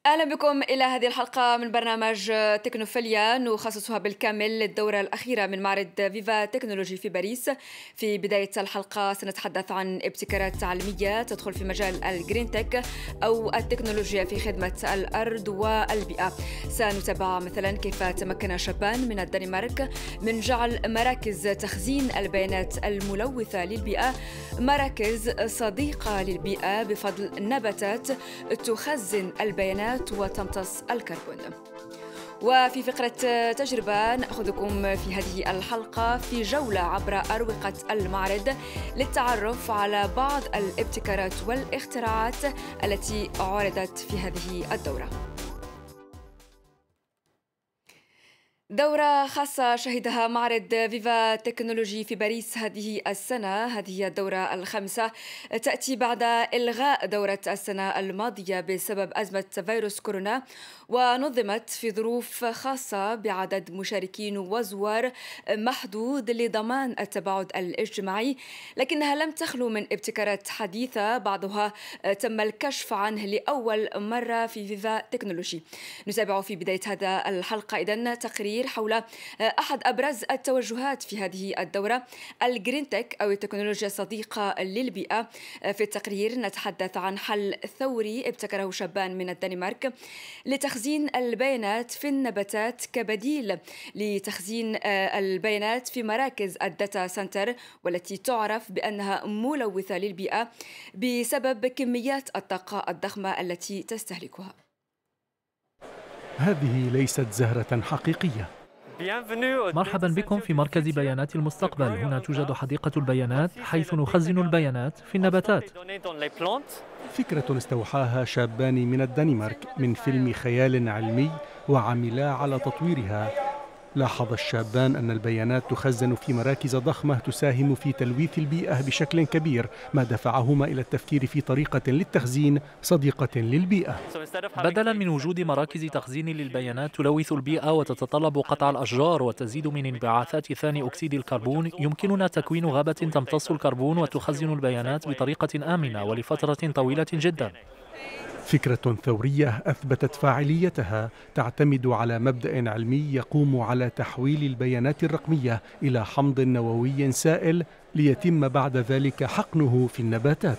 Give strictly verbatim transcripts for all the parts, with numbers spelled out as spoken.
أهلا بكم إلى هذه الحلقة من برنامج تكنوفيليا نخصصها بالكامل للدورة الأخيرة من معرض فيفا تكنولوجي في باريس. في بداية الحلقة سنتحدث عن ابتكارات علمية تدخل في مجال الجرين تك أو التكنولوجيا في خدمة الأرض والبيئة. سنتابع مثلا كيف تمكن شابان من الدنمارك من جعل مراكز تخزين البيانات الملوثة للبيئة مراكز صديقة للبيئة بفضل نباتات تخزن البيانات وتمتص الكربون. وفي فقرة تجربة نأخذكم في هذه الحلقة في جولة عبر أروقة المعرض للتعرف على بعض الابتكارات والاختراعات التي عرضت في هذه الدورة. دورة خاصة شهدها معرض فيفا تكنولوجي في باريس هذه السنة. هذه هي الدورة الخامسة تأتي بعد إلغاء دورة السنة الماضية بسبب أزمة فيروس كورونا، ونظمت في ظروف خاصة بعدد مشاركين وزوار محدود لضمان التباعد الاجتماعي، لكنها لم تخلو من ابتكارات حديثة بعضها تم الكشف عنه لأول مرة في فيفا تكنولوجي. نتابع في بداية هذا الحلقة إذن تقرير حول أحد أبرز التوجهات في هذه الدورة، الجرين تك أو التكنولوجيا الصديقة للبيئة. في التقرير نتحدث عن حل ثوري ابتكره شابان من الدنمارك لتخزين البيانات في النباتات كبديل لتخزين البيانات في مراكز الداتا سنتر، والتي تعرف بأنها ملوثة للبيئة بسبب كميات الطاقة الضخمة التي تستهلكها. هذه ليست زهرة حقيقية. مرحبا بكم في مركز بيانات المستقبل. هنا توجد حديقة البيانات حيث نخزن البيانات في النباتات. فكرة استوحاها شابان من الدنمارك من فيلم خيال علمي وعملا على تطويرها. لاحظ الشابان أن البيانات تخزن في مراكز ضخمة تساهم في تلويث البيئة بشكل كبير، ما دفعهما إلى التفكير في طريقة للتخزين صديقة للبيئة. بدلا من وجود مراكز تخزين للبيانات تلوث البيئة وتتطلب قطع الأشجار وتزيد من انبعاثات ثاني أكسيد الكربون، يمكننا تكوين غابة تمتص الكربون وتخزن البيانات بطريقة آمنة ولفترة طويلة جدا. فكرة ثورية أثبتت فاعليتها، تعتمد على مبدأ علمي يقوم على تحويل البيانات الرقمية إلى حمض نووي سائل ليتم بعد ذلك حقنه في النباتات.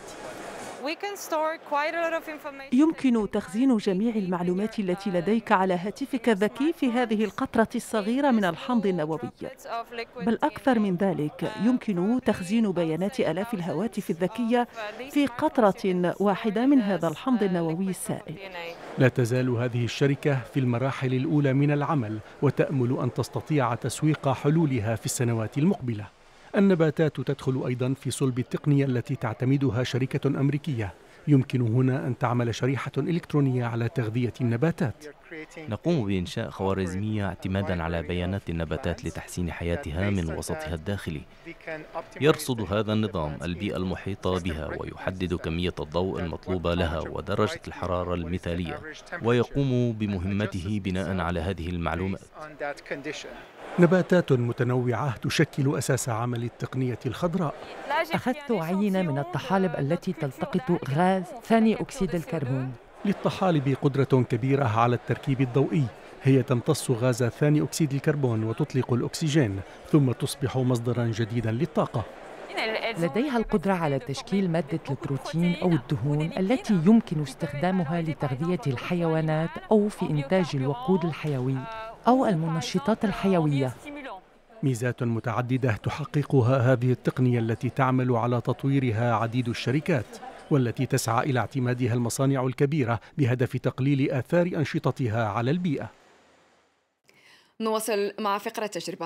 يمكن تخزين جميع المعلومات التي لديك على هاتفك الذكي في هذه القطرة الصغيرة من الحمض النووي، بل أكثر من ذلك يمكن تخزين بيانات آلاف الهواتف الذكية في قطرة واحدة من هذا الحمض النووي السائل. لا تزال هذه الشركة في المراحل الأولى من العمل، وتأمل أن تستطيع تسويق حلولها في السنوات المقبلة. النباتات تدخل أيضا في صلب التقنية التي تعتمدها شركة أمريكية. يمكن هنا أن تعمل شريحة إلكترونية على تغذية النباتات. نقوم بإنشاء خوارزمية اعتمادا على بيانات النباتات لتحسين حياتها من وسطها الداخلي. يرصد هذا النظام البيئة المحيطة بها ويحدد كمية الضوء المطلوبة لها ودرجة الحرارة المثالية، ويقوم بمهمته بناء على هذه المعلومات. نباتات متنوعة تشكل أساس عمل التقنية الخضراء. أخذت عينة من الطحالب التي تلتقط غاز ثاني أكسيد الكربون. للطحالب قدرة كبيرة على التركيب الضوئي، هي تمتص غاز ثاني أكسيد الكربون وتطلق الأكسجين، ثم تصبح مصدرا جديدا للطاقة. لديها القدرة على تشكيل مادة البروتين أو الدهون التي يمكن استخدامها لتغذية الحيوانات أو في إنتاج الوقود الحيوي أو المنشطات الحيوية. ميزات متعددة تحققها هذه التقنية التي تعمل على تطويرها عديد الشركات، والتي تسعى إلى اعتمادها المصانع الكبيرة بهدف تقليل آثار أنشطتها على البيئة. نواصل مع فقرة تجربة.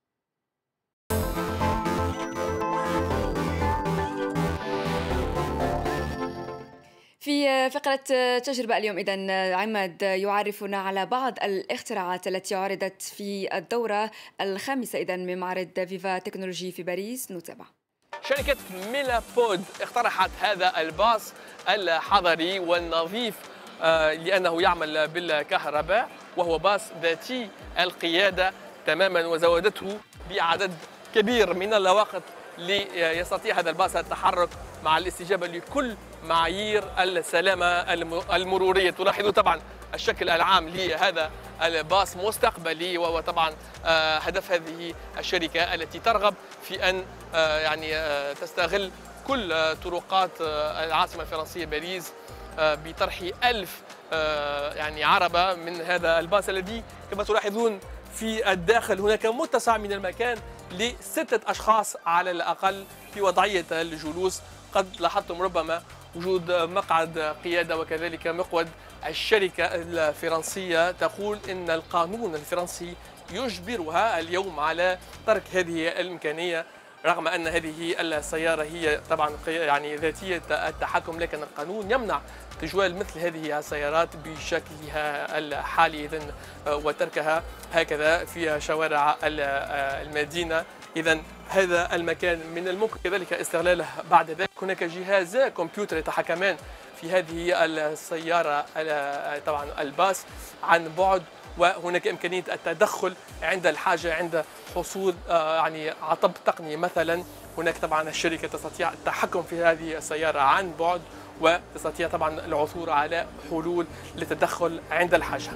في فقرة تجربة اليوم إذن عماد يعرفنا على بعض الاختراعات التي عرضت في الدورة الخامسة إذن من معرض فيفا تكنولوجي في باريس. نتابع. شركة ميلا بود اقترحت هذا الباص الحضري والنظيف لأنه يعمل بالكهرباء، وهو باص ذاتي القيادة تماما، وزودته بعدد كبير من اللواقط ليستطيع هذا الباص التحرك مع الاستجابة لكل معايير السلامة المرورية. تلاحظوا طبعا الشكل العام لهذا الباص مستقبلي، وهو طبعا هدف هذه الشركة التي ترغب في أن يعني تستغل كل طرقات العاصمة الفرنسية باريس بطرح ألف يعني عربة من هذا الباص الذي كما تلاحظون في الداخل هناك متسع من المكان لستة أشخاص على الأقل في وضعية الجلوس. قد لاحظتم ربما وجود مقعد قيادة وكذلك مقود. الشركة الفرنسية تقول إن القانون الفرنسي يجبرها اليوم على ترك هذه الإمكانية، رغم أن هذه السيارة هي طبعا يعني ذاتية التحكم، لكن القانون يمنع تجوال مثل هذه السيارات بشكلها الحالي إذن وتركها هكذا في شوارع المدينة. إذن هذا المكان من الممكن كذلك استغلاله بعد ذلك. هناك جهازا كمبيوتر يتحكمان في هذه السيارة طبعا الباص عن بعد، وهناك إمكانية التدخل عند الحاجة عند حصول يعني عطب تقني مثلا. هناك طبعا الشركة تستطيع التحكم في هذه السيارة عن بعد، وتستطيع طبعا العثور على حلول للتدخل عند الحاجة.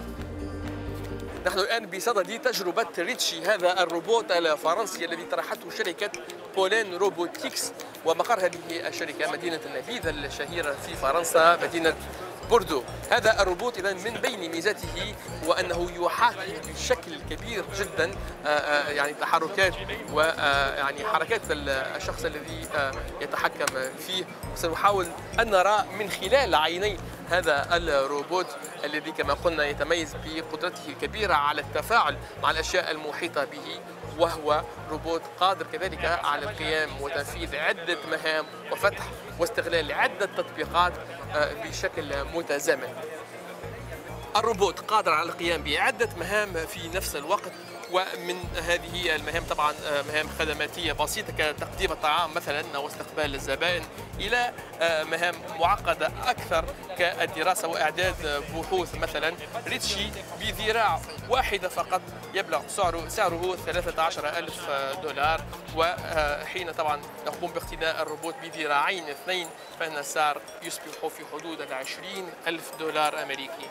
نحن الآن بصدد تجربة ريتشي، هذا الروبوت الفرنسي الذي طرحته شركة بولين روبوتيكس، ومقر هذه الشركة مدينة النبيذ الشهيرة في فرنسا مدينة بوردو. هذا الروبوت إذا من بين ميزاته وأنه يحاكي بشكل كبير جدا يعني تحركات ويعني حركات الشخص الذي يتحكم فيه. سنحاول أن نرى من خلال عيني هذا الروبوت الذي كما قلنا يتميز بقدرته الكبيرة على التفاعل مع الأشياء المحيطة به، وهو روبوت قادر كذلك على القيام وتنفيذ عدة مهام وفتح واستغلال عدة تطبيقات بشكل متزامن. الروبوت قادر على القيام بعدة مهام في نفس الوقت، ومن هذه المهام طبعا مهام خدماتية بسيطة كتقديم الطعام مثلا واستقبال الزبائن، إلى مهام معقدة أكثر كالدراسة وإعداد بحوث مثلا. ريتشي بذراع واحدة فقط يبلغ سعره سعره ثلاثة عشر ألف دولار، وحين طبعا نقوم باقتناء الروبوت بذراعين اثنين فإن السعر يصبح في حدود العشرين ألف دولار أمريكي.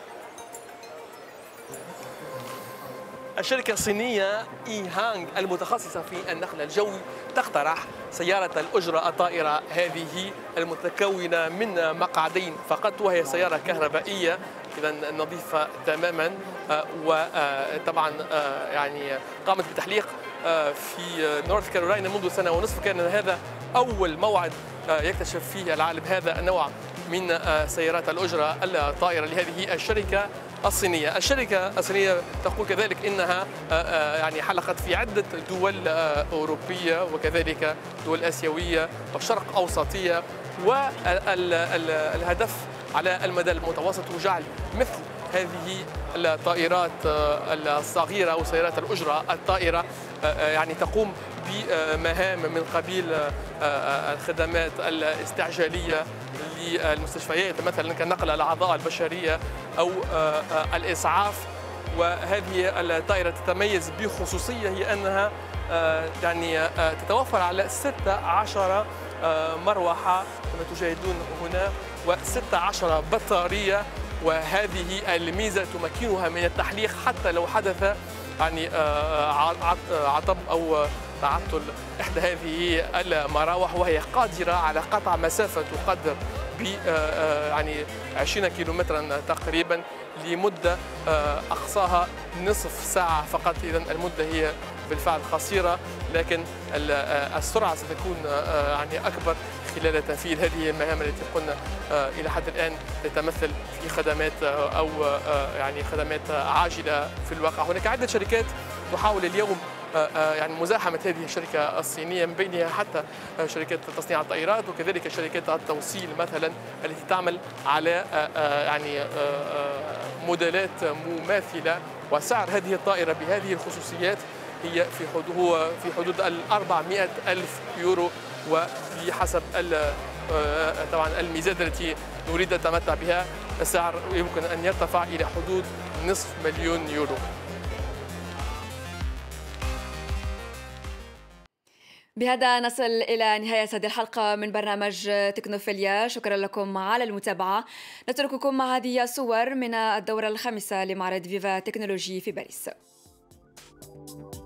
الشركة الصينية إي هانغ المتخصصة في النقل الجوي تقترح سيارة الأجرة الطائرة هذه المتكونة من مقعدين فقط، وهي سيارة كهربائية إذا نظيفة تماما. وطبعا يعني قامت بتحليق في نورث كارولاينا منذ سنة ونصف. كان هذا أول موعد يكتشف فيه العالم هذا النوع من سيارات الأجرة الطائرة لهذه الشركة الصينية. الشركة الصينية تقول كذلك إنها يعني حلقت في عدة دول أوروبية وكذلك دول آسيوية والشرق أوسطية، والهدف على المدى المتوسط هو جعل مثل هذه الطائرات الصغيرة أو سيارات الأجرة الطائرة يعني تقوم بمهام من قبيل الخدمات الاستعجالية للمستشفيات مثلا كنقل الأعضاء البشرية أو الإسعاف. وهذه الطائرة تتميز بخصوصية هي أنها يعني تتوفر على ستة عشر مروحة كما تشاهدون هنا وستة عشر بطارية، وهذه الميزة تمكنها من التحليق حتى لو حدث يعني عطب أو تعطل إحدى هذه المراوح، وهي قادرة على قطع مسافة تقدر ب يعني عشرين كيلومترا تقريبا لمدة أقصاها نصف ساعة فقط. إذا المدة هي بالفعل قصيرة، لكن السرعة ستكون يعني أكبر خلال تنفيذ هذه المهام التي قلنا إلى حد الآن تتمثل في خدمات أو يعني خدمات عاجلة في الواقع. هناك عدة شركات تحاول اليوم يعني مزاحمة هذه الشركة الصينية، من بينها حتى شركات تصنيع الطائرات وكذلك شركات التوصيل مثلا التي تعمل على يعني موديلات مماثلة. وسعر هذه الطائرة بهذه الخصوصيات هي في حدود هو في حدود ال أربعمائة ألف يورو، وبحسب طبعا الميزات التي نريد التمتع بها السعر يمكن أن يرتفع إلى حدود نصف مليون يورو. بهذا نصل إلى نهاية هذه الحلقة من برنامج تكنوفيليا. شكرا لكم على المتابعة. نترككم مع هذه الصور من الدورة الخامسة لمعرض فيفا تكنولوجي في باريس.